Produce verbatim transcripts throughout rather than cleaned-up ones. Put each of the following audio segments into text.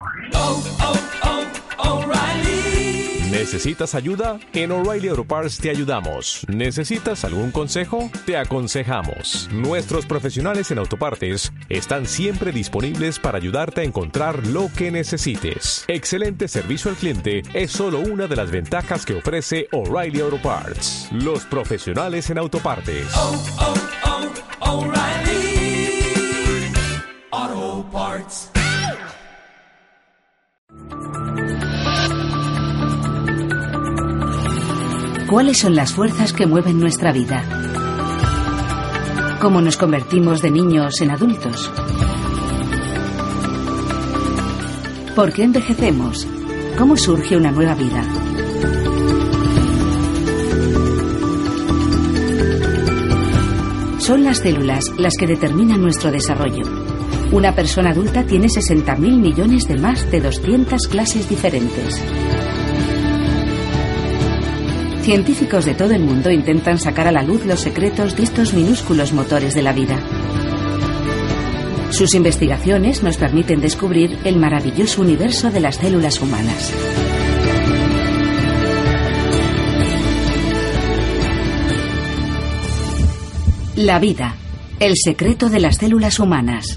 Oh, oh, oh, O'Reilly. ¿Necesitas ayuda? En O'Reilly Auto Parts te ayudamos. ¿Necesitas algún consejo? Te aconsejamos. Nuestros profesionales en autopartes están siempre disponibles para ayudarte a encontrar lo que necesites. Excelente servicio al cliente es solo una de las ventajas que ofrece O'Reilly Auto Parts. Los profesionales en autopartes. Oh, oh, oh, O'Reilly Auto Parts. ¿Cuáles son las fuerzas que mueven nuestra vida? ¿Cómo nos convertimos de niños en adultos? ¿Por qué envejecemos? ¿Cómo surge una nueva vida? Son las células las que determinan nuestro desarrollo. Una persona adulta tiene sesenta mil millones de más de doscientas clases diferentes. Científicos de todo el mundo intentan sacar a la luz los secretos de estos minúsculos motores de la vida. Sus investigaciones nos permiten descubrir el maravilloso universo de las células humanas. La vida, el secreto de las células humanas.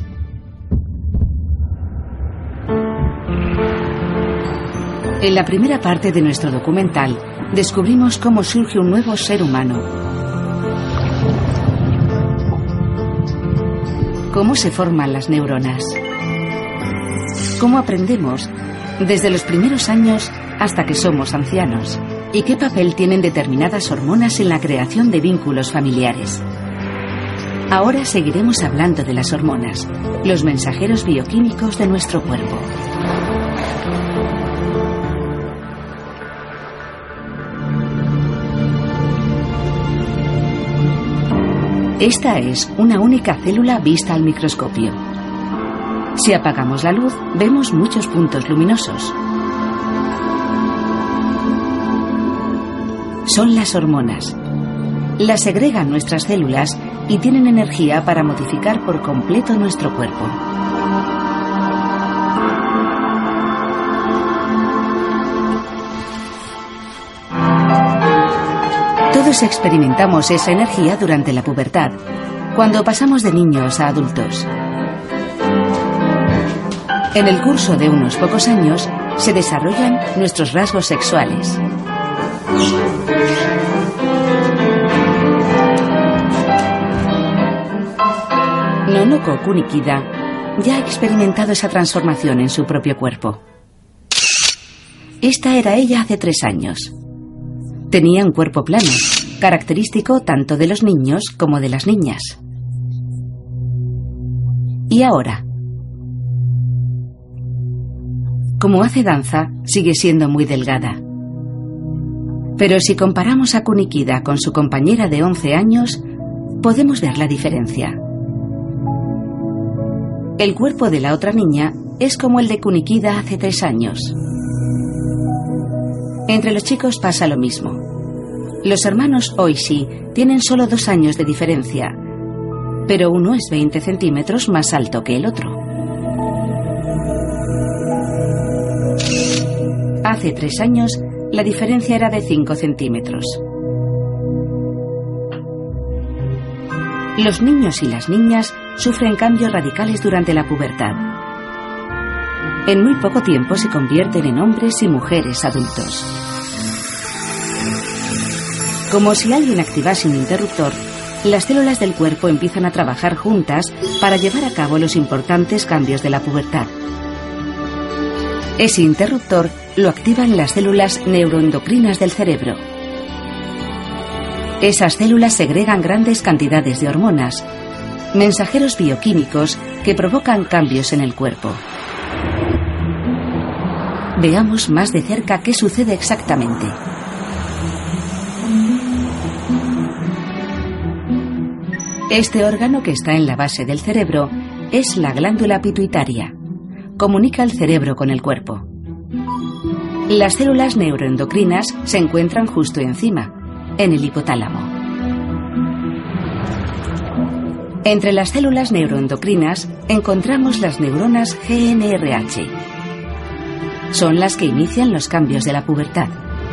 En la primera parte de nuestro documental, descubrimos cómo surge un nuevo ser humano. Cómo se forman las neuronas. Cómo aprendemos desde los primeros años hasta que somos ancianos. Y qué papel tienen determinadas hormonas en la creación de vínculos familiares. Ahora seguiremos hablando de las hormonas, los mensajeros bioquímicos de nuestro cuerpo. Esta es una única célula vista al microscopio. Si apagamos la luz, vemos muchos puntos luminosos. Son las hormonas. Las segregan nuestras células y tienen energía para modificar por completo nuestro cuerpo. Todos experimentamos esa energía durante la pubertad, cuando pasamos de niños a adultos. En el curso de unos pocos años se desarrollan nuestros rasgos sexuales. Nonoko Kunikida ya ha experimentado esa transformación en su propio cuerpo. Esta era ella hace tres años. Tenía un cuerpo plano, característico tanto de los niños como de las niñas. Y ahora, como hace danza, sigue siendo muy delgada. Pero si comparamos a Kunikida con su compañera de once años, podemos ver la diferencia. El cuerpo de la otra niña es como el de Kunikida hace tres años. Entre los chicos pasa lo mismo. Los hermanos Oishi tienen solo dos años de diferencia, pero uno es veinte centímetros más alto que el otro. Hace tres años, la diferencia era de cinco centímetros. Los niños y las niñas sufren cambios radicales durante la pubertad. En muy poco tiempo se convierten en hombres y mujeres adultos. Como si alguien activase un interruptor, las células del cuerpo empiezan a trabajar juntas para llevar a cabo los importantes cambios de la pubertad. Ese interruptor lo activan las células neuroendocrinas del cerebro. Esas células segregan grandes cantidades de hormonas, mensajeros bioquímicos que provocan cambios en el cuerpo. Veamos más de cerca qué sucede exactamente. Este órgano que está en la base del cerebro es la glándula pituitaria. Comunica el cerebro con el cuerpo. Las células neuroendocrinas se encuentran justo encima, en el hipotálamo. Entre las células neuroendocrinas encontramos las neuronas G N R H. Son las que inician los cambios de la pubertad.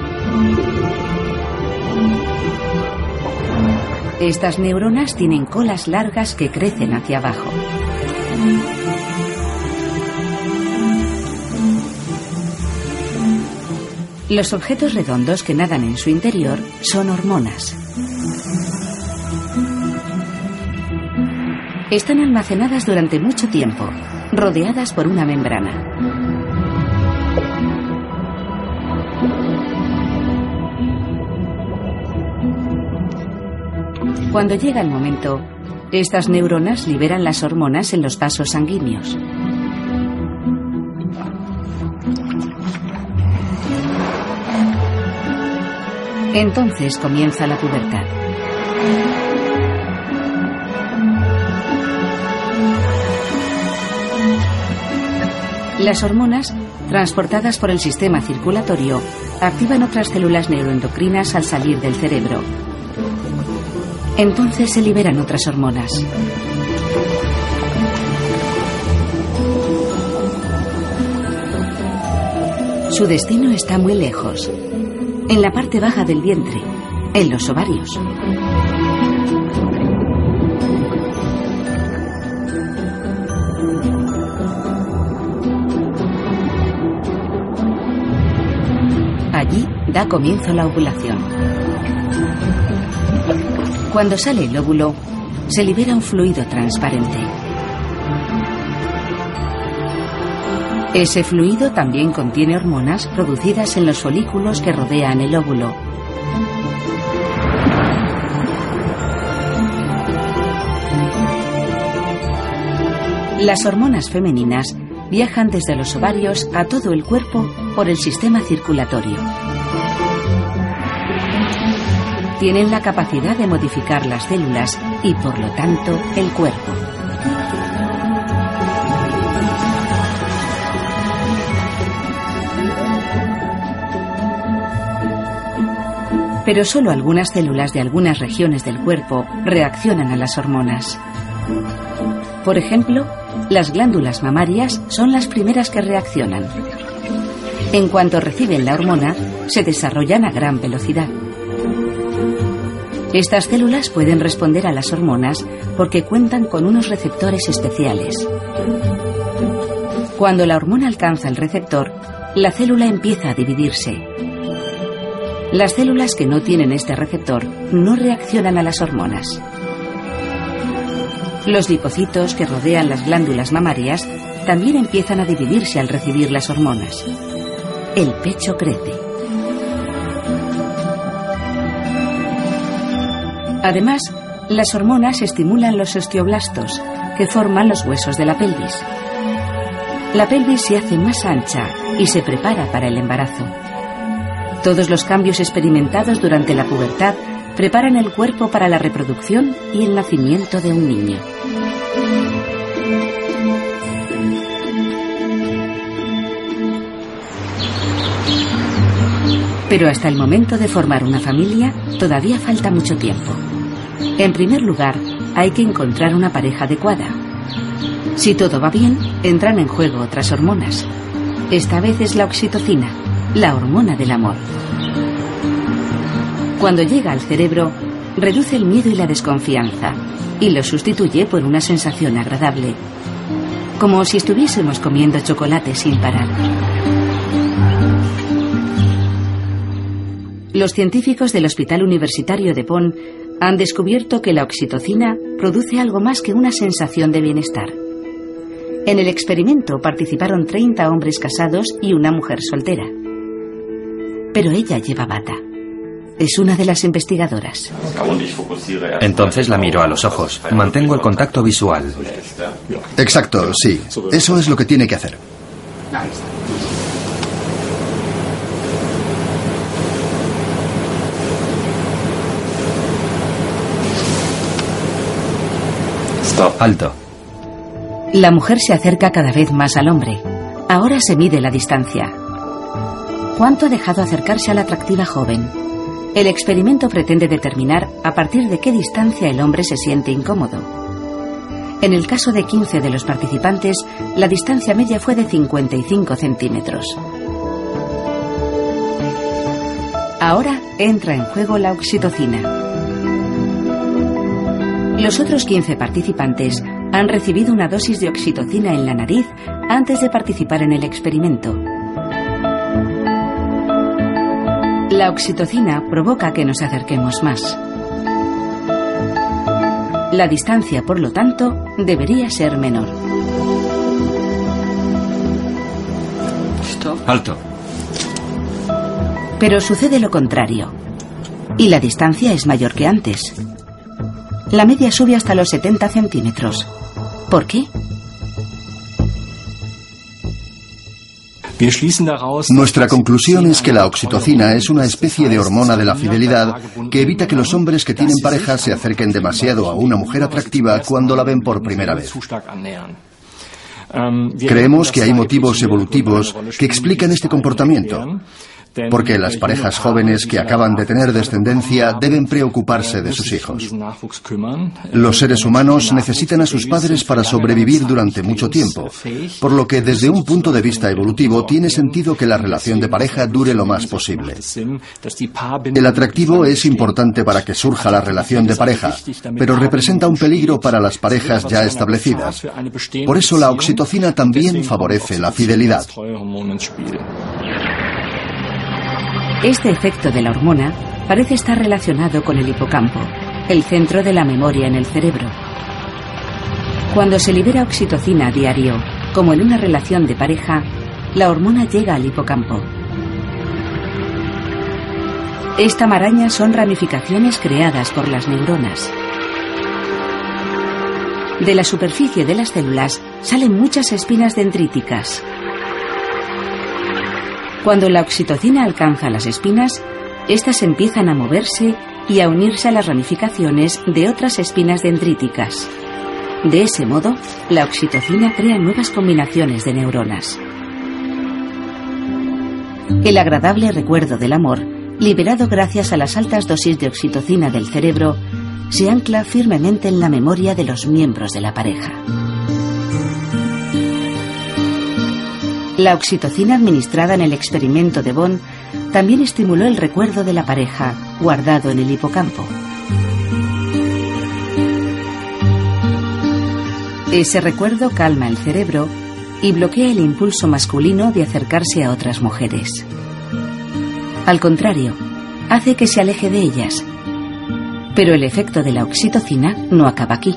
Estas neuronas tienen colas largas que crecen hacia abajo. Los objetos redondos que nadan en su interior son hormonas. Están almacenadas durante mucho tiempo, rodeadas por una membrana. Cuando llega el momento, estas neuronas liberan las hormonas en los vasos sanguíneos. Entonces comienza la pubertad. Las hormonas, transportadas por el sistema circulatorio, activan otras células neuroendocrinas al salir del cerebro. Entonces se liberan otras hormonas. Su destino está muy lejos, en la parte baja del vientre, en los ovarios. Allí da comienzo la ovulación. Cuando sale el óvulo, se libera un fluido transparente. Ese fluido también contiene hormonas producidas en los folículos que rodean el óvulo. Las hormonas femeninas viajan desde los ovarios a todo el cuerpo por el sistema circulatorio. Tienen la capacidad de modificar las células y, por lo tanto, el cuerpo. Pero solo algunas células de algunas regiones del cuerpo reaccionan a las hormonas. Por ejemplo, las glándulas mamarias son las primeras que reaccionan. En cuanto reciben la hormona, se desarrollan a gran velocidad. Estas células pueden responder a las hormonas porque cuentan con unos receptores especiales. Cuando la hormona alcanza el receptor, la célula empieza a dividirse. Las células que no tienen este receptor no reaccionan a las hormonas. Los lipocitos que rodean las glándulas mamarias también empiezan a dividirse al recibir las hormonas. El pecho crece. Además, las hormonas estimulan los osteoblastos, que forman los huesos de la pelvis. La pelvis se hace más ancha y se prepara para el embarazo. Todos los cambios experimentados durante la pubertad preparan el cuerpo para la reproducción y el nacimiento de un niño. Pero hasta el momento de formar una familia, todavía falta mucho tiempo. En primer lugar, hay que encontrar una pareja adecuada. Si todo va bien, entran en juego otras hormonas. Esta vez es la oxitocina, la hormona del amor. Cuando llega al cerebro, reduce el miedo y la desconfianza y lo sustituye por una sensación agradable, como si estuviésemos comiendo chocolate sin parar. Los científicos del Hospital Universitario de Bonn han descubierto que la oxitocina produce algo más que una sensación de bienestar. En el experimento participaron treinta hombres casados y una mujer soltera. Pero ella lleva bata. Es una de las investigadoras. Entonces la miro a los ojos. Mantengo el contacto visual. Exacto, sí. Eso es lo que tiene que hacer. Alto. La mujer se acerca cada vez más al hombre. Ahora se mide la distancia. ¿Cuánto ha dejado acercarse a la atractiva joven? El experimento pretende determinar a partir de qué distancia el hombre se siente incómodo. En el caso de quince de los participantes, la distancia media fue de cincuenta y cinco centímetros. Ahora entra en juego la oxitocina. Los otros quince participantes han recibido una dosis de oxitocina en la nariz antes de participar en el experimento. La oxitocina provoca que nos acerquemos más. La distancia, por lo tanto, debería ser menor. Alto. Pero sucede lo contrario. Y la distancia es mayor que antes. La media sube hasta los setenta centímetros. ¿Por qué? Nuestra conclusión es que la oxitocina es una especie de hormona de la fidelidad que evita que los hombres que tienen pareja se acerquen demasiado a una mujer atractiva cuando la ven por primera vez. Creemos que hay motivos evolutivos que explican este comportamiento, porque las parejas jóvenes que acaban de tener descendencia deben preocuparse de sus hijos. Los seres humanos necesitan a sus padres para sobrevivir durante mucho tiempo, por lo que desde un punto de vista evolutivo tiene sentido que la relación de pareja dure lo más posible. El atractivo es importante para que surja la relación de pareja, pero representa un peligro para las parejas ya establecidas. Por eso la oxitocina también favorece la fidelidad. Este efecto de la hormona parece estar relacionado con el hipocampo, el centro de la memoria en el cerebro. Cuando se libera oxitocina a diario, como en una relación de pareja, la hormona llega al hipocampo. Esta maraña son ramificaciones creadas por las neuronas. De la superficie de las células salen muchas espinas dendríticas. Cuando la oxitocina alcanza las espinas, éstas empiezan a moverse y a unirse a las ramificaciones de otras espinas dendríticas. De ese modo, la oxitocina crea nuevas combinaciones de neuronas. El agradable recuerdo del amor, liberado gracias a las altas dosis de oxitocina del cerebro, se ancla firmemente en la memoria de los miembros de la pareja. La oxitocina administrada en el experimento de Bonn también estimuló el recuerdo de la pareja, guardado en el hipocampo. Ese recuerdo calma el cerebro y bloquea el impulso masculino de acercarse a otras mujeres. Al contrario, hace que se aleje de ellas. Pero el efecto de la oxitocina no acaba aquí.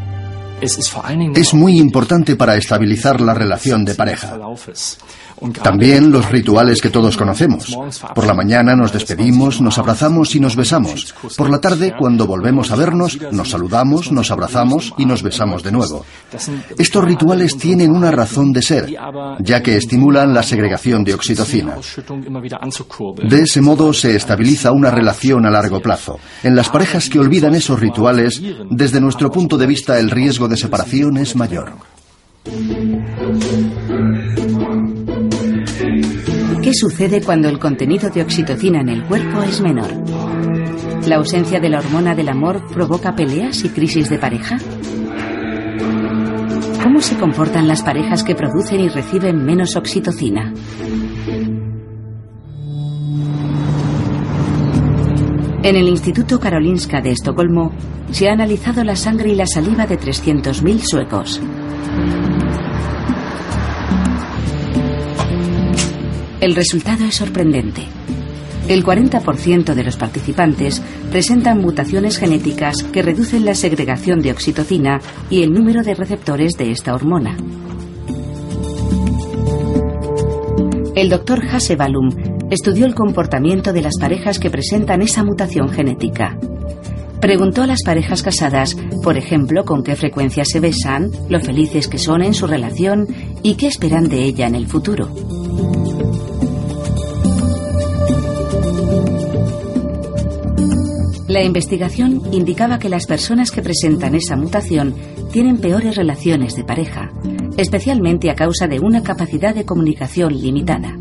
Es muy importante para estabilizar la relación de pareja. También los rituales que todos conocemos. Por la mañana nos despedimos, nos abrazamos y nos besamos. Por la tarde, cuando volvemos a vernos, nos saludamos, nos abrazamos y nos besamos de nuevo. Estos rituales tienen una razón de ser, ya que estimulan la segregación de oxitocina. De ese modo se estabiliza una relación a largo plazo. En las parejas que olvidan esos rituales, desde nuestro punto de vista el riesgo de separación es mayor. ¿Qué sucede cuando el contenido de oxitocina en el cuerpo es menor? ¿La ausencia de la hormona del amor provoca peleas y crisis de pareja? ¿Cómo se comportan las parejas que producen y reciben menos oxitocina? En el Instituto Karolinska de Estocolmo se ha analizado la sangre y la saliva de trescientos mil suecos. El resultado es sorprendente. El cuarenta por ciento de los participantes presentan mutaciones genéticas que reducen la segregación de oxitocina y el número de receptores de esta hormona. El doctor Hassebalum estudió el comportamiento de las parejas que presentan esa mutación genética. Preguntó a las parejas casadas, por ejemplo, con qué frecuencia se besan, lo felices que son en su relación y qué esperan de ella en el futuro. La investigación indicaba que las personas que presentan esa mutación tienen peores relaciones de pareja, especialmente a causa de una capacidad de comunicación limitada.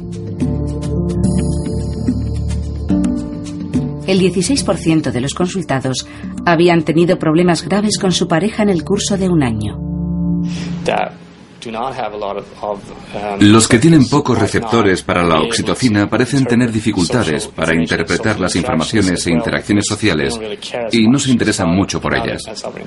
El dieciséis por ciento de los consultados habían tenido problemas graves con su pareja en el curso de un año. Los que tienen pocos receptores para la oxitocina parecen tener dificultades para interpretar las informaciones e interacciones sociales y no se interesan mucho por ellas.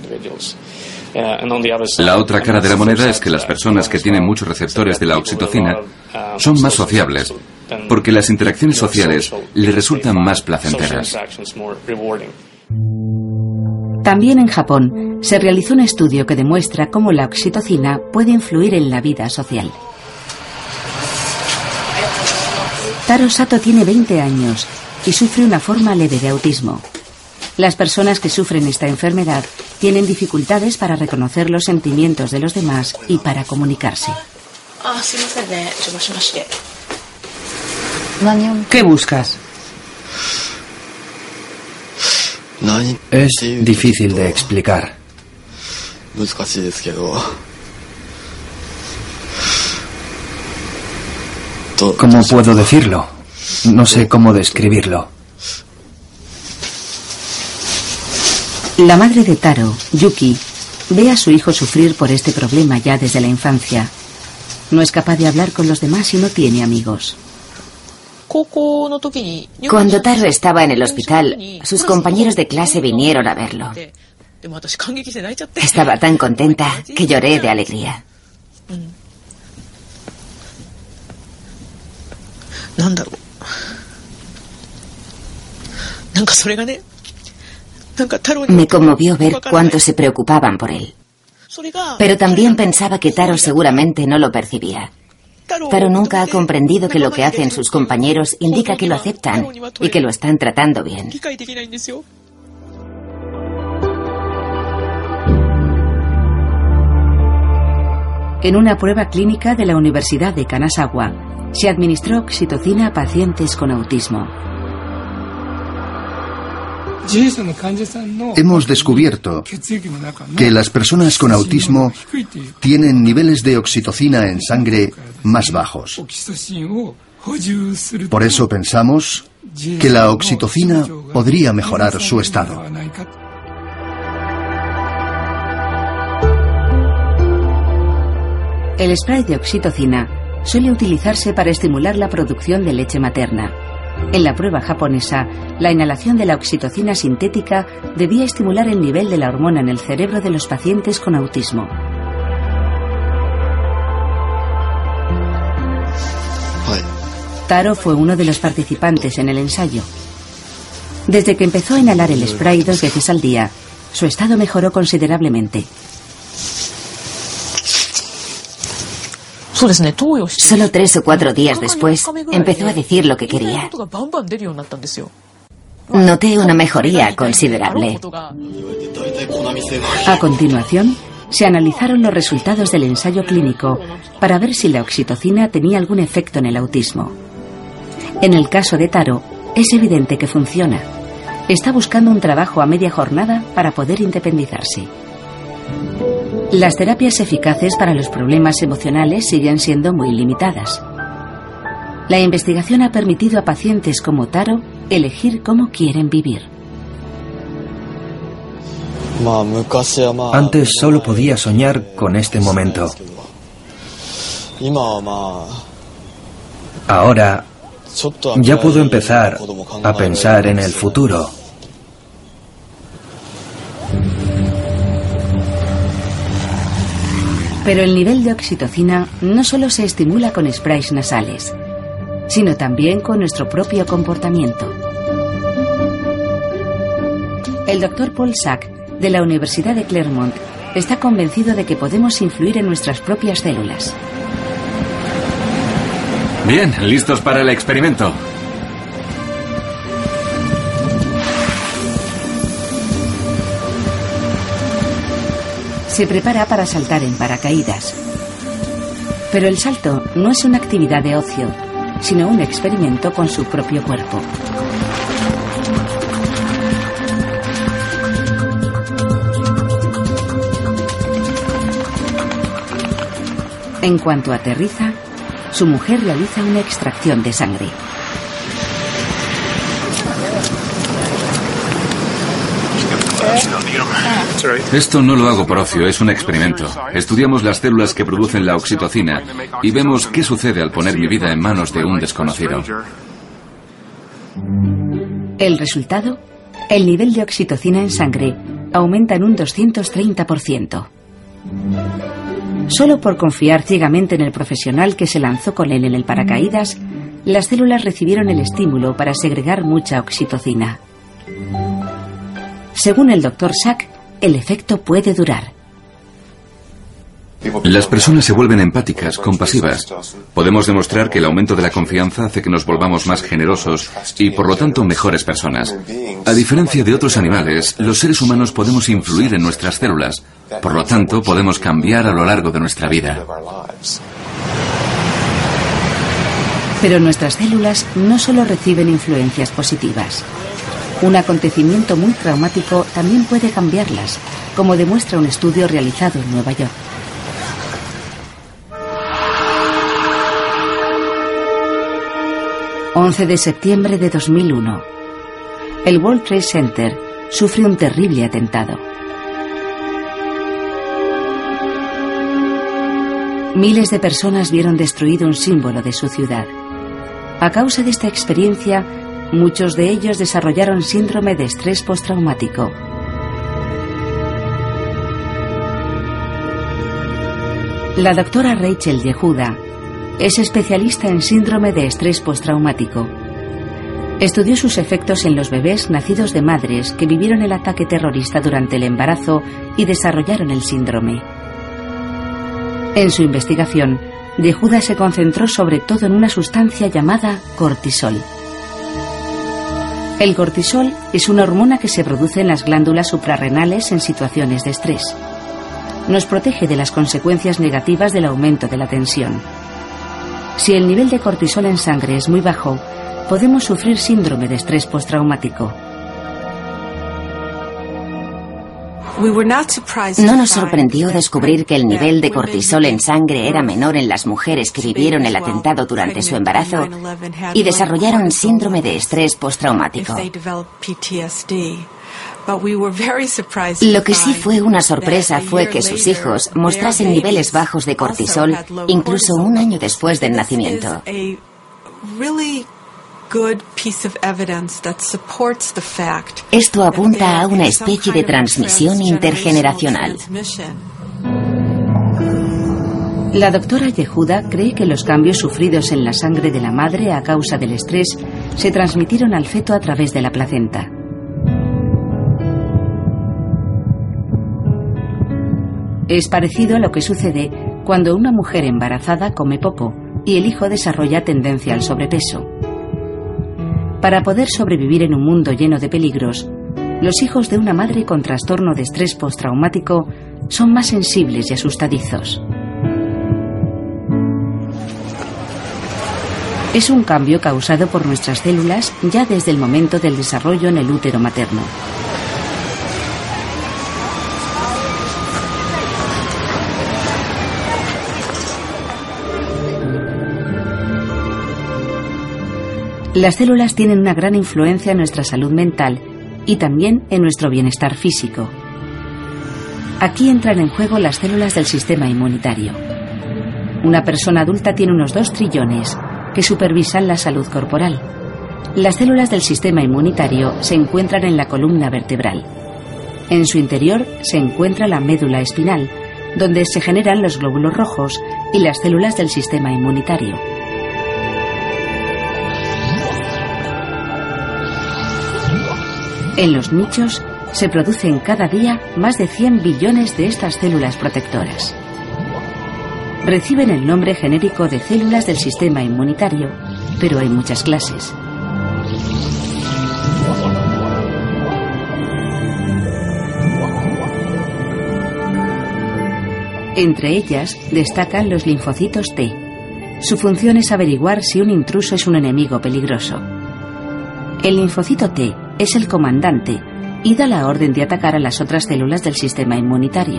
La otra cara de la moneda es que las personas que tienen muchos receptores de la oxitocina son más sociables, porque las interacciones sociales les resultan más placenteras. También en Japón se realizó un estudio que demuestra cómo la oxitocina puede influir en la vida social. Taro Sato tiene veinte años y sufre una forma leve de autismo. Las personas que sufren esta enfermedad tienen dificultades para reconocer los sentimientos de los demás y para comunicarse. ¿Qué buscas? Es difícil de explicar. ¿Cómo puedo decirlo? No sé cómo describirlo. La madre de Taro, Yuki, ve a su hijo sufrir por este problema ya desde la infancia. No es capaz de hablar con los demás y no tiene amigos. Cuando Taro estaba en el hospital, sus compañeros de clase vinieron a verlo. Estaba tan contenta que lloré de alegría. Me conmovió ver cuánto se preocupaban por él. Pero también pensaba que Taro seguramente no lo percibía. Taro nunca ha comprendido que lo que hacen sus compañeros indica que lo aceptan y que lo están tratando bien. En una prueba clínica de la Universidad de Kanazawa, se administró oxitocina a pacientes con autismo. Hemos descubierto que las personas con autismo tienen niveles de oxitocina en sangre más bajos. Por eso pensamos que la oxitocina podría mejorar su estado. El spray de oxitocina suele utilizarse para estimular la producción de leche materna. En la prueba japonesa, la inhalación de la oxitocina sintética debía estimular el nivel de la hormona en el cerebro de los pacientes con autismo. Taro fue uno de los participantes en el ensayo. Desde que empezó a inhalar el spray dos veces al día, su estado mejoró considerablemente. Solo tres o cuatro días después, empezó a decir lo que quería. Noté una mejoría considerable. A continuación, se analizaron los resultados del ensayo clínico para ver si la oxitocina tenía algún efecto en el autismo. En el caso de Taro, es evidente que funciona. Está buscando un trabajo a media jornada para poder independizarse. Las terapias eficaces para los problemas emocionales siguen siendo muy limitadas. La investigación ha permitido a pacientes como Taro elegir cómo quieren vivir. Antes solo podía soñar con este momento. Ahora ya puedo empezar a pensar en el futuro. Pero el nivel de oxitocina no solo se estimula con sprays nasales, sino también con nuestro propio comportamiento. El doctor Paul Sack, de la Universidad de Claremont, está convencido de que podemos influir en nuestras propias células. Bien, listos para el experimento. Se prepara para saltar en paracaídas. Pero el salto no es una actividad de ocio, sino un experimento con su propio cuerpo. En cuanto aterriza, su mujer realiza una extracción de sangre. Esto no lo hago por ocio, es un experimento. Estudiamos las células que producen la oxitocina y vemos qué sucede al poner mi vida en manos de un desconocido. El resultado, el nivel de oxitocina en sangre aumenta en un doscientos treinta por ciento. Solo por confiar ciegamente en el profesional que se lanzó con él en el paracaídas, las células recibieron el estímulo para segregar mucha oxitocina. Según el doctor Sack, el efecto puede durar. Las personas se vuelven empáticas, compasivas. Podemos demostrar que el aumento de la confianza hace que nos volvamos más generosos y, por lo tanto, mejores personas. A diferencia de otros animales, los seres humanos podemos influir en nuestras células. Por lo tanto, podemos cambiar a lo largo de nuestra vida. Pero nuestras células no solo reciben influencias positivas. Un acontecimiento muy traumático también puede cambiarlas, como demuestra un estudio realizado en Nueva York. once de septiembre de dos mil uno. El World Trade Center sufre un terrible atentado. Miles de personas vieron destruido un símbolo de su ciudad. A causa de esta experiencia, muchos de ellos desarrollaron síndrome de estrés postraumático. La doctora Rachel Yehuda es especialista en síndrome de estrés postraumático. Estudió sus efectos en los bebés nacidos de madres que vivieron el ataque terrorista durante el embarazo y desarrollaron el síndrome. En su investigación, Yehuda se concentró sobre todo en una sustancia llamada cortisol. El cortisol es una hormona que se produce en las glándulas suprarrenales en situaciones de estrés. Nos protege de las consecuencias negativas del aumento de la tensión. Si el nivel de cortisol en sangre es muy bajo, podemos sufrir síndrome de estrés postraumático. No nos sorprendió descubrir que el nivel de cortisol en sangre era menor en las mujeres que vivieron el atentado durante su embarazo y desarrollaron síndrome de estrés postraumático. Lo que sí fue una sorpresa fue que sus hijos mostrasen niveles bajos de cortisol incluso un año después del nacimiento. Esto apunta a una especie de transmisión intergeneracional. La doctora Yehuda cree que los cambios sufridos en la sangre de la madre a causa del estrés se transmitieron al feto a través de la placenta. Es parecido a lo que sucede cuando una mujer embarazada come poco y el hijo desarrolla tendencia al sobrepeso. Para poder sobrevivir en un mundo lleno de peligros, los hijos de una madre con trastorno de estrés postraumático son más sensibles y asustadizos. Es un cambio causado por nuestras células ya desde el momento del desarrollo en el útero materno. Las células tienen una gran influencia en nuestra salud mental y también en nuestro bienestar físico. Aquí entran en juego las células del sistema inmunitario. Una persona adulta tiene unos dos trillones que supervisan la salud corporal. Las células del sistema inmunitario se encuentran en la columna vertebral. En su interior se encuentra la médula espinal, donde se generan los glóbulos rojos y las células del sistema inmunitario. En los nichos se producen cada día más de cien billones de estas células protectoras. Reciben el nombre genérico de células del sistema inmunitario, pero hay muchas clases. Entre ellas destacan los linfocitos T. Su función es averiguar si un intruso es un enemigo peligroso. El linfocito T es el comandante y da la orden de atacar a las otras células del sistema inmunitario.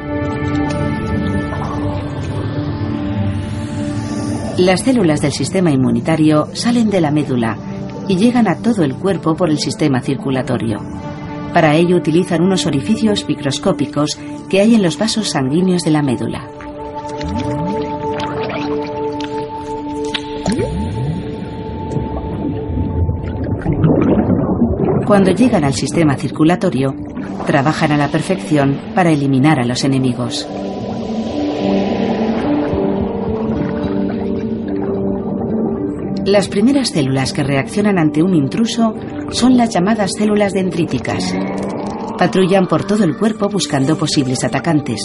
Las células del sistema inmunitario salen de la médula y llegan a todo el cuerpo por el sistema circulatorio. Para ello utilizan unos orificios microscópicos que hay en los vasos sanguíneos de la médula. Cuando llegan al sistema circulatorio, trabajan a la perfección para eliminar a los enemigos. Las primeras células que reaccionan ante un intruso son las llamadas células dendríticas. Patrullan por todo el cuerpo buscando posibles atacantes.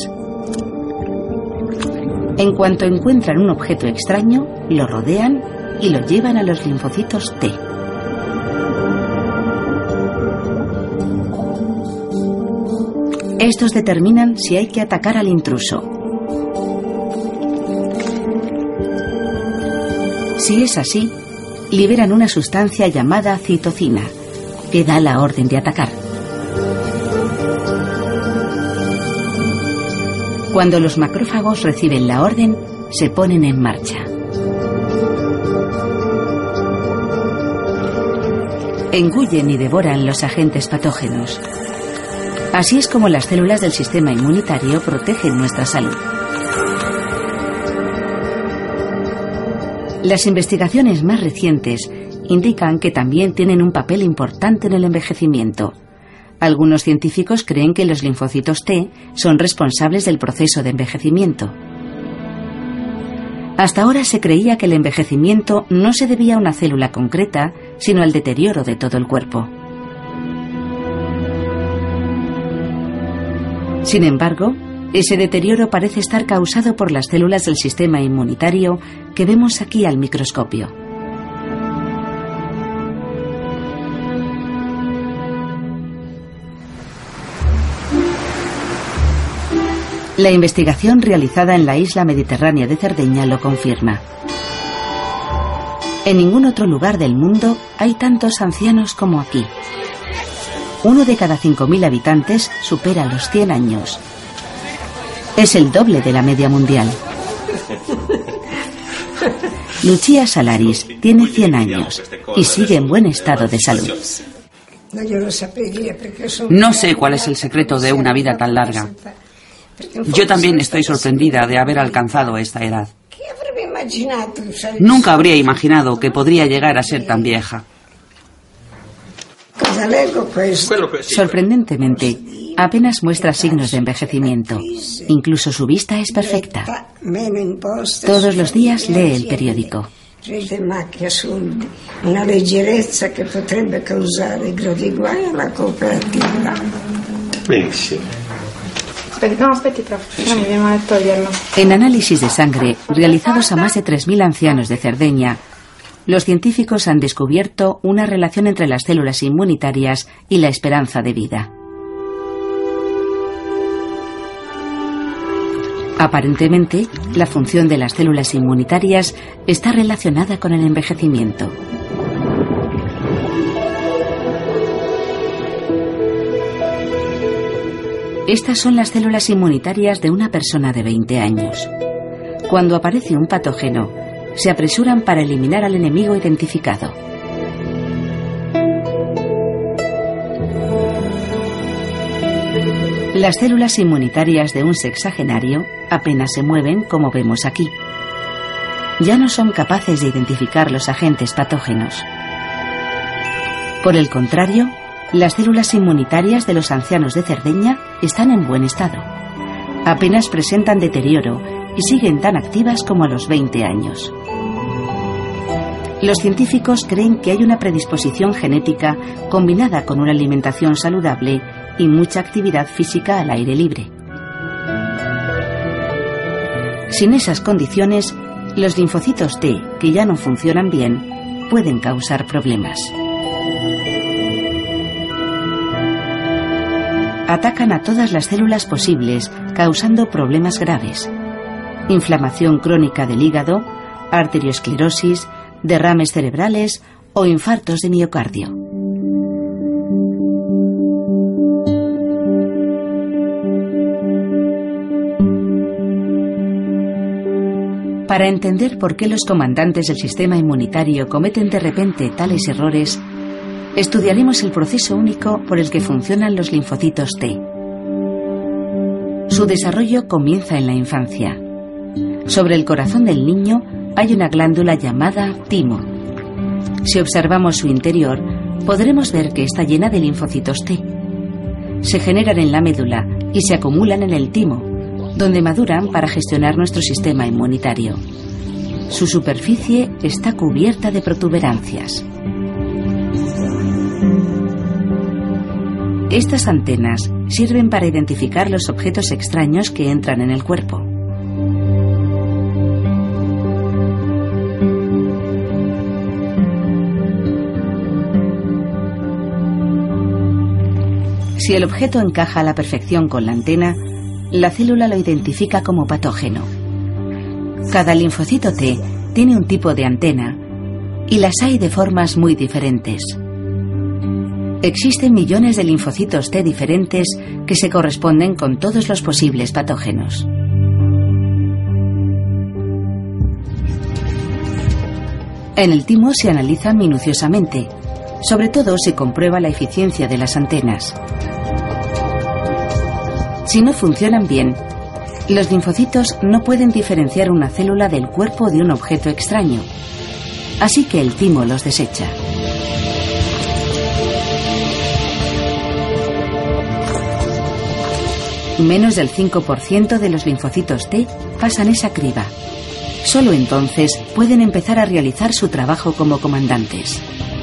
En cuanto encuentran un objeto extraño, lo rodean y lo llevan a los linfocitos T. Estos determinan si hay que atacar al intruso. Si es así, liberan una sustancia llamada citocina, que da la orden de atacar. Cuando los macrófagos reciben la orden, se ponen en marcha. Engullen y devoran los agentes patógenos. Así es como las células del sistema inmunitario protegen nuestra salud. Las investigaciones más recientes indican que también tienen un papel importante en el envejecimiento. Algunos científicos creen que los linfocitos T son responsables del proceso de envejecimiento. Hasta ahora se creía que el envejecimiento no se debía a una célula concreta, sino al deterioro de todo el cuerpo. Sin embargo, ese deterioro parece estar causado por las células del sistema inmunitario que vemos aquí al microscopio. La investigación realizada en la isla mediterránea de Cerdeña lo confirma. En ningún otro lugar del mundo hay tantos ancianos como aquí. Uno de cada cinco mil habitantes supera los cien años. Es el doble de la media mundial. Lucia Salaris tiene cien años y sigue en buen estado de salud. No sé cuál es el secreto de una vida tan larga. Yo también estoy sorprendida de haber alcanzado esta edad. Nunca habría imaginado que podría llegar a ser tan vieja. Sorprendentemente, apenas muestra signos de envejecimiento. Incluso su vista es perfecta. Todos los días lee el periódico. Una leggerezza che potrebbe causare gravi guai alla cooperativa. Benissimo. No, aspetti, profe, no mi viene a toglierlo. En análisis de sangre realizados a más de tres mil ancianos de Cerdeña, los científicos han descubierto una relación entre las células inmunitarias y la esperanza de vida. Aparentemente, la función de las células inmunitarias está relacionada con el envejecimiento. Estas son las células inmunitarias de una persona de veinte años. Cuando aparece un patógeno, se apresuran para eliminar al enemigo identificado. Las células inmunitarias de un sexagenario apenas se mueven, como vemos aquí. Ya no son capaces de identificar los agentes patógenos. Por el contrario, las células inmunitarias de los ancianos de Cerdeña están en buen estado. Apenas presentan deterioro y siguen tan activas como a los veinte años. Los científicos creen que hay una predisposición genética combinada con una alimentación saludable y mucha actividad física al aire libre. Sin esas condiciones, los linfocitos T, que ya no funcionan bien, pueden causar problemas. Atacan a todas las células posibles, causando problemas graves. Inflamación crónica del hígado, arteriosclerosis, derrames cerebrales o infartos de miocardio. Para entender por qué los comandantes del sistema inmunitario cometen de repente tales errores, estudiaremos el proceso único por el que funcionan los linfocitos T. Su desarrollo comienza en la infancia. Sobre el corazón del niño hay una glándula llamada timo. Si observamos su interior, podremos ver que está llena de linfocitos T. Se generan en la médula y se acumulan en el timo, donde maduran para gestionar nuestro sistema inmunitario. Su superficie está cubierta de protuberancias. Estas antenas sirven para identificar los objetos extraños que entran en el cuerpo. Si el objeto encaja a la perfección con la antena, la célula lo identifica como patógeno. Cada linfocito T tiene un tipo de antena y las hay de formas muy diferentes. Existen millones de linfocitos T diferentes que se corresponden con todos los posibles patógenos. En el timo se analiza minuciosamente. Sobre todo se comprueba la eficiencia de las antenas. Si no funcionan bien, los linfocitos no pueden diferenciar una célula del cuerpo de un objeto extraño. Así que el timo los desecha. Menos del cinco por ciento de los linfocitos T pasan esa criba. Solo entonces pueden empezar a realizar su trabajo como comandantes.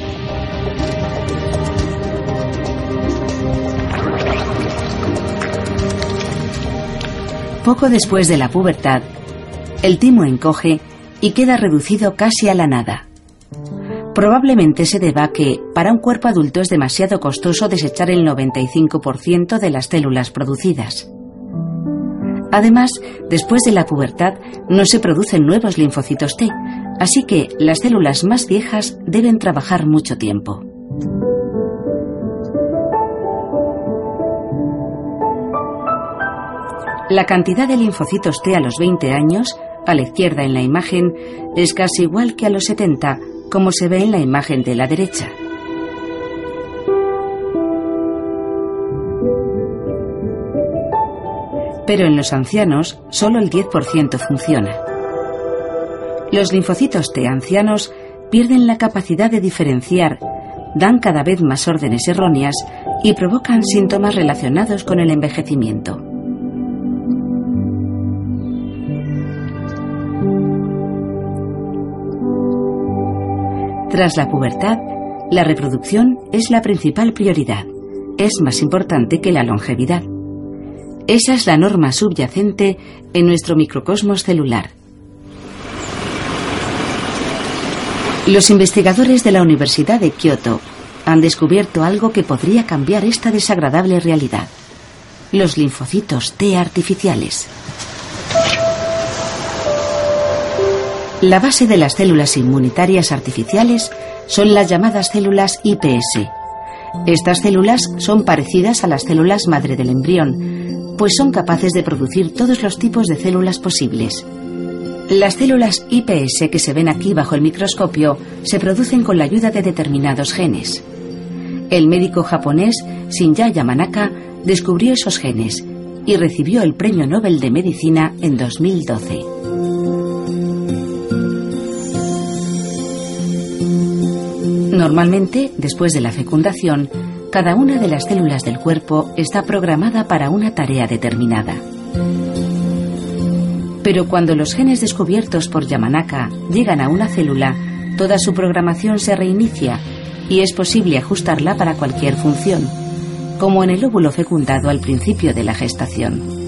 Poco después de la pubertad, el timo encoge y queda reducido casi a la nada. Probablemente se deba a que, para un cuerpo adulto es demasiado costoso desechar el noventa y cinco por ciento de las células producidas. Además, después de la pubertad no se producen nuevos linfocitos T, así que las células más viejas deben trabajar mucho tiempo. La cantidad de linfocitos T a los veinte años, a la izquierda en la imagen, es casi igual que a los setenta, como se ve en la imagen de la derecha. Pero en los ancianos, solo el diez por ciento funciona. Los linfocitos T ancianos pierden la capacidad de diferenciar, dan cada vez más órdenes erróneas y provocan síntomas relacionados con el envejecimiento. Tras la pubertad, la reproducción es la principal prioridad. Es más importante que la longevidad. Esa es la norma subyacente en nuestro microcosmos celular. Los investigadores de la Universidad de Kioto han descubierto algo que podría cambiar esta desagradable realidad: los linfocitos T artificiales. La base de las células inmunitarias artificiales son las llamadas células I P S. Estas células son parecidas a las células madre del embrión, pues son capaces de producir todos los tipos de células posibles. Las células I P S que se ven aquí bajo el microscopio se producen con la ayuda de determinados genes. El médico japonés Shinya Yamanaka descubrió esos genes y recibió el Premio Nobel de Medicina en dos mil doce. Normalmente, después de la fecundación, cada una de las células del cuerpo está programada para una tarea determinada. Pero cuando los genes descubiertos por Yamanaka llegan a una célula, toda su programación se reinicia y es posible ajustarla para cualquier función, como en el óvulo fecundado al principio de la gestación.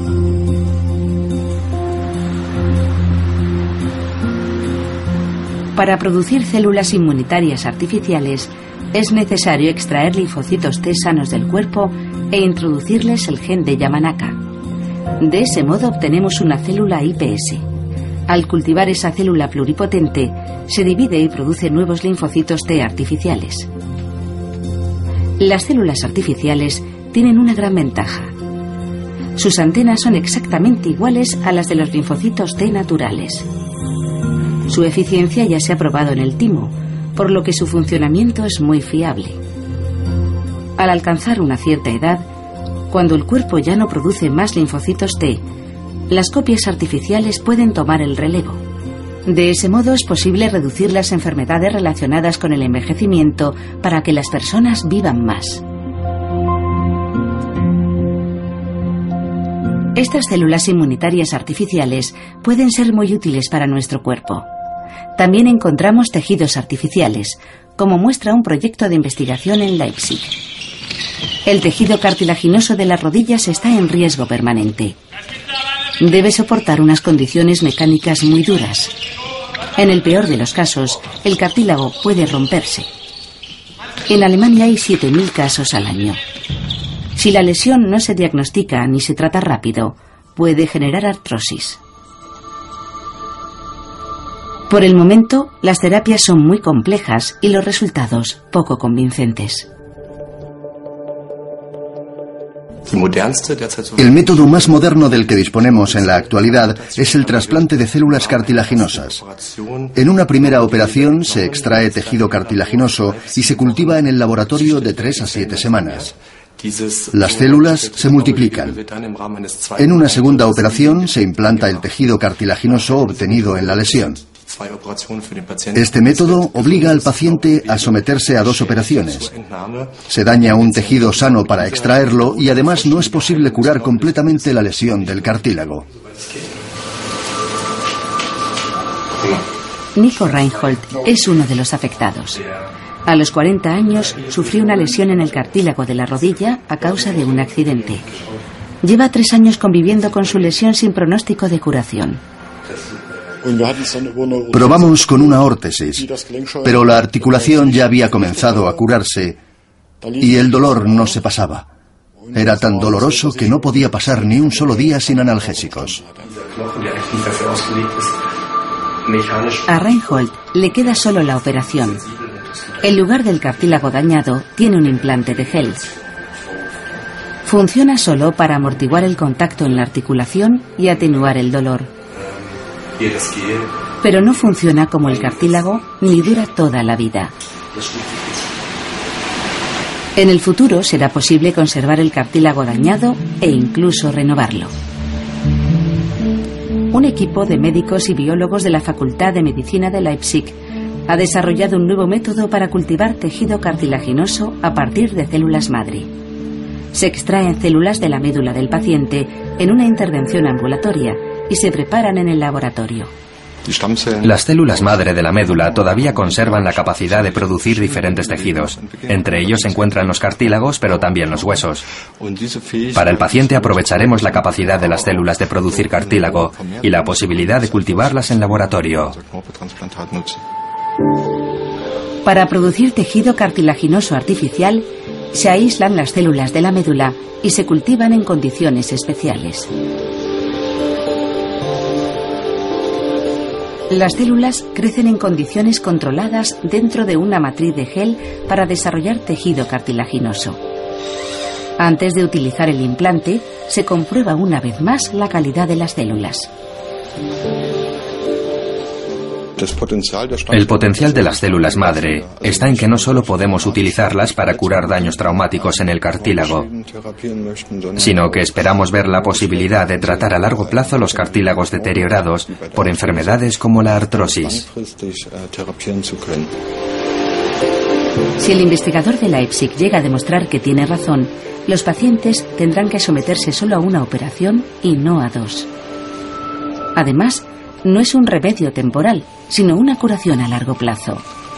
Para producir células inmunitarias artificiales, es necesario extraer linfocitos T sanos del cuerpo e introducirles el gen de Yamanaka. De ese modo obtenemos una célula I P S. Al cultivar esa célula pluripotente, se divide y produce nuevos linfocitos T artificiales. Las células artificiales tienen una gran ventaja. Sus antenas son exactamente iguales a las de los linfocitos T naturales. Su eficiencia ya se ha probado en el timo, por lo que su funcionamiento es muy fiable. Al alcanzar una cierta edad, cuando el cuerpo ya no produce más linfocitos T, las copias artificiales pueden tomar el relevo. De ese modo es posible reducir las enfermedades relacionadas con el envejecimiento para que las personas vivan más. Estas células inmunitarias artificiales pueden ser muy útiles para nuestro cuerpo. También encontramos tejidos artificiales, como muestra un proyecto de investigación en Leipzig. El tejido cartilaginoso de las rodillas está en riesgo permanente. Debe soportar unas condiciones mecánicas muy duras. En el peor de los casos, el cartílago puede romperse. En Alemania hay siete mil casos al año. Si la lesión no se diagnostica ni se trata rápido, puede generar artrosis. Por el momento, las terapias son muy complejas y los resultados poco convincentes. El método más moderno del que disponemos en la actualidad es el trasplante de células cartilaginosas. En una primera operación se extrae tejido cartilaginoso y se cultiva en el laboratorio de tres a siete semanas. Las células se multiplican. En una segunda operación se implanta el tejido cartilaginoso obtenido en la lesión. Este método obliga al paciente a someterse a dos operaciones. Se daña un tejido sano para extraerlo y además no es posible curar completamente la lesión del cartílago. Nico Reinhold es uno de los afectados. A los cuarenta años sufrió una lesión en el cartílago de la rodilla a causa de un accidente. Lleva tres años conviviendo con su lesión sin pronóstico de curación. Probamos con una órtesis, pero la articulación ya había comenzado a curarse y el dolor no se pasaba. Era tan doloroso que no podía pasar ni un solo día sin analgésicos. A Reinhold le queda solo la operación. En lugar del cartílago dañado, tiene un implante de gel. Funciona solo para amortiguar el contacto en la articulación y atenuar el dolor. Pero no funciona como el cartílago ni dura toda la vida. En el futuro será posible conservar el cartílago dañado e incluso renovarlo. Un equipo de médicos y biólogos de la Facultad de Medicina de Leipzig ha desarrollado un nuevo método para cultivar tejido cartilaginoso a partir de células madre. Se extraen células de la médula del paciente en una intervención ambulatoria y se preparan en el laboratorio. Las células madre de la médula todavía conservan la capacidad de producir diferentes tejidos. Entre ellos se encuentran los cartílagos, pero también los huesos. Para el paciente aprovecharemos la capacidad de las células de producir cartílago y la posibilidad de cultivarlas en laboratorio. Para producir tejido cartilaginoso artificial, se aíslan las células de la médula y se cultivan en condiciones especiales. Las células crecen en condiciones controladas dentro de una matriz de gel para desarrollar tejido cartilaginoso. Antes de utilizar el implante, se comprueba una vez más la calidad de las células. El potencial de las células madre está en que no solo podemos utilizarlas para curar daños traumáticos en el cartílago, sino que esperamos ver la posibilidad de tratar a largo plazo los cartílagos deteriorados por enfermedades como la artrosis. Si el investigador de Leipzig llega a demostrar que tiene razón, los pacientes tendrán que someterse solo a una operación y no a dos. Además, no es un remedio temporal, sino una curación a largo plazo.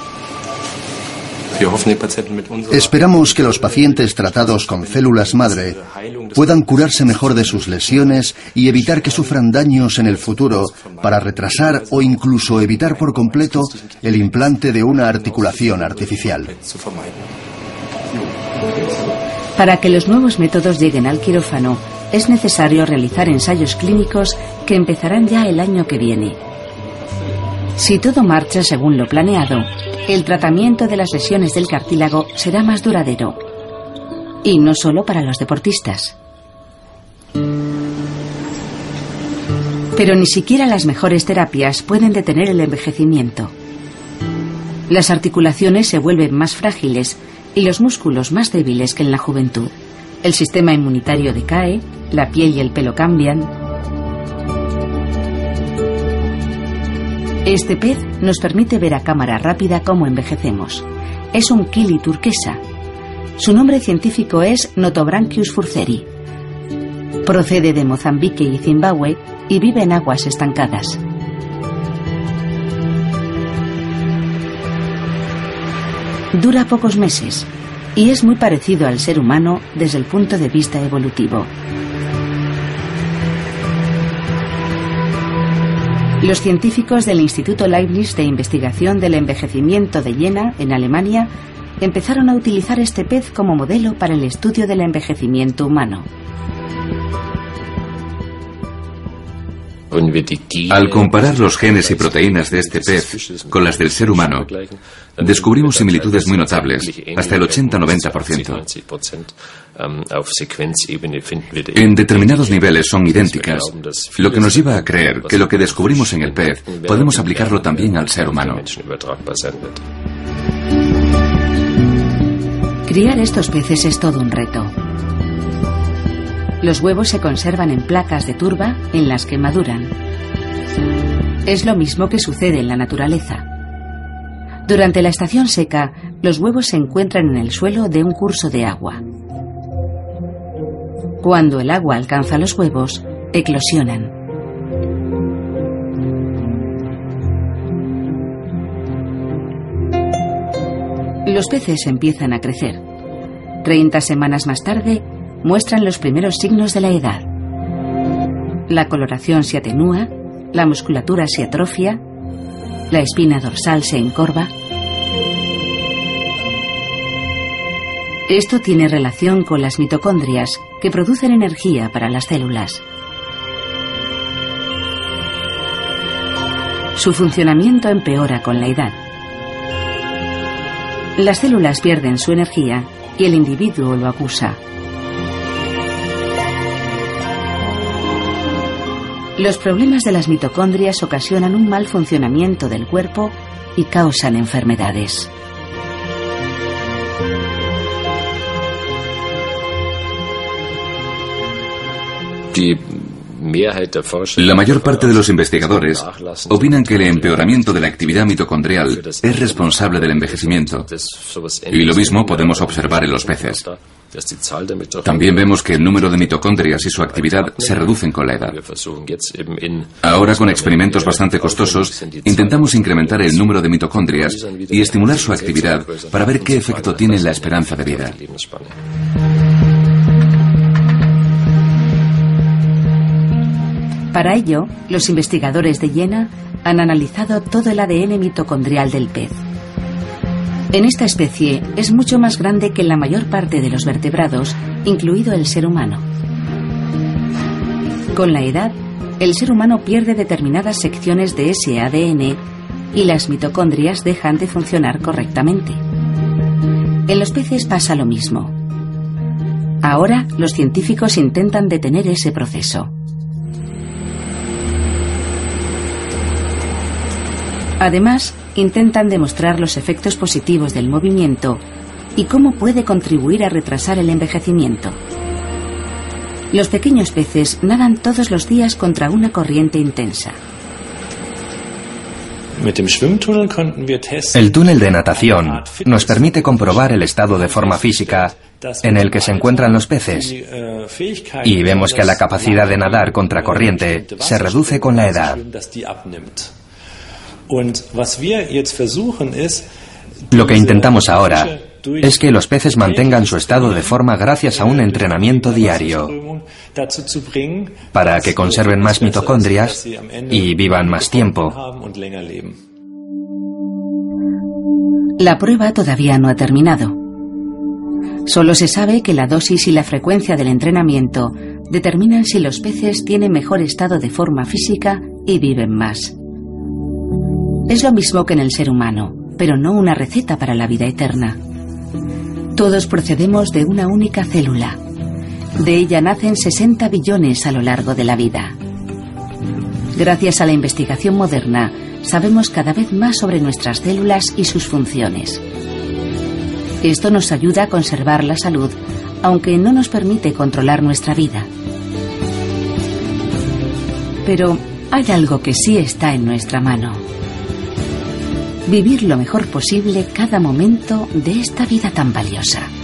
Esperamos que los pacientes tratados con células madre puedan curarse mejor de sus lesiones y evitar que sufran daños en el futuro para retrasar o incluso evitar por completo el implante de una articulación artificial. Para que los nuevos métodos lleguen al quirófano, es necesario realizar ensayos clínicos que empezarán ya el año que viene. Si todo marcha según lo planeado, el tratamiento de las lesiones del cartílago será más duradero. Y no solo para los deportistas. Pero ni siquiera las mejores terapias pueden detener el envejecimiento. Las articulaciones se vuelven más frágiles y los músculos más débiles que en la juventud. El sistema inmunitario decae, la piel y el pelo cambian. Este pez nos permite ver a cámara rápida cómo envejecemos. Es un kili turquesa. Su nombre científico es Notobranchius furceri. Procede de Mozambique y Zimbabue y vive en aguas estancadas. Dura pocos meses y es muy parecido al ser humano desde el punto de vista evolutivo. Los científicos del Instituto Leibniz de Investigación del Envejecimiento de Jena, en Alemania, empezaron a utilizar este pez como modelo para el estudio del envejecimiento humano. Al comparar los genes y proteínas de este pez con las del ser humano, descubrimos similitudes muy notables, hasta el ochenta a noventa por ciento. En determinados niveles son idénticas, lo que nos lleva a creer que lo que descubrimos en el pez podemos aplicarlo también al ser humano. Criar estos peces es todo un reto. Los huevos se conservan en placas de turba en las que maduran. Es lo mismo que sucede en la naturaleza. Durante la estación seca, los huevos se encuentran en el suelo de un curso de agua. Cuando el agua alcanza los huevos, eclosionan. Los peces empiezan a crecer. Treinta semanas más tarde, muestran los primeros signos de la edad. La coloración se atenúa, la musculatura se atrofia, la espina dorsal se encorva. Esto tiene relación con las mitocondrias, que producen energía para las células. Su funcionamiento empeora con la edad. Las células pierden su energía y el individuo lo acusa. Los problemas de las mitocondrias ocasionan un mal funcionamiento del cuerpo y causan enfermedades. La mayor parte de los investigadores opinan que el empeoramiento de la actividad mitocondrial es responsable del envejecimiento. Y lo mismo podemos observar en los peces. También vemos que el número de mitocondrias y su actividad se reducen con la edad. Ahora, con experimentos bastante costosos, intentamos incrementar el número de mitocondrias y estimular su actividad para ver qué efecto tiene en la esperanza de vida. Para ello, los investigadores de Jena han analizado todo el A D N mitocondrial del pez. En esta especie es mucho más grande que en la mayor parte de los vertebrados, incluido el ser humano. Con la edad, el ser humano pierde determinadas secciones de ese A D N y las mitocondrias dejan de funcionar correctamente. En los peces pasa lo mismo. Ahora, los científicos intentan detener ese proceso. Además, intentan demostrar los efectos positivos del movimiento y cómo puede contribuir a retrasar el envejecimiento. Los pequeños peces nadan todos los días contra una corriente intensa. El túnel de natación nos permite comprobar el estado de forma física en el que se encuentran los peces y vemos que la capacidad de nadar contra corriente se reduce con la edad. Lo que intentamos ahora es que los peces mantengan su estado de forma gracias a un entrenamiento diario, para que conserven más mitocondrias y vivan más tiempo. La prueba todavía no ha terminado. Solo se sabe que la dosis y la frecuencia del entrenamiento determinan si los peces tienen mejor estado de forma física y viven más. Es lo mismo que en el ser humano, pero no una receta para la vida eterna. Todos procedemos de una única célula. De ella nacen sesenta billones a lo largo de la vida. Gracias a la investigación moderna, sabemos cada vez más sobre nuestras células y sus funciones. Esto nos ayuda a conservar la salud, aunque no nos permite controlar nuestra vida. Pero hay algo que sí está en nuestra mano: vivir lo mejor posible cada momento de esta vida tan valiosa.